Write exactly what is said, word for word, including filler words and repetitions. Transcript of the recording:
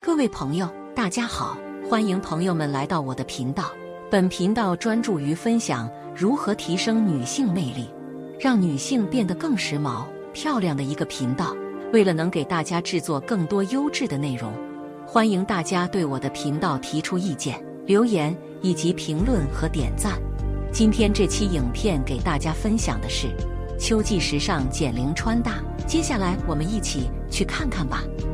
各位朋友，大家好，欢迎朋友们来到我的频道。本频道专注于分享如何提升女性魅力，让女性变得更时髦、漂亮的一个频道。为了能给大家制作更多优质的内容，欢迎大家对我的频道提出意见、留言以及评论和点赞。今天这期影片给大家分享的是秋季时尚减龄穿搭，接下来我们一起去看看吧。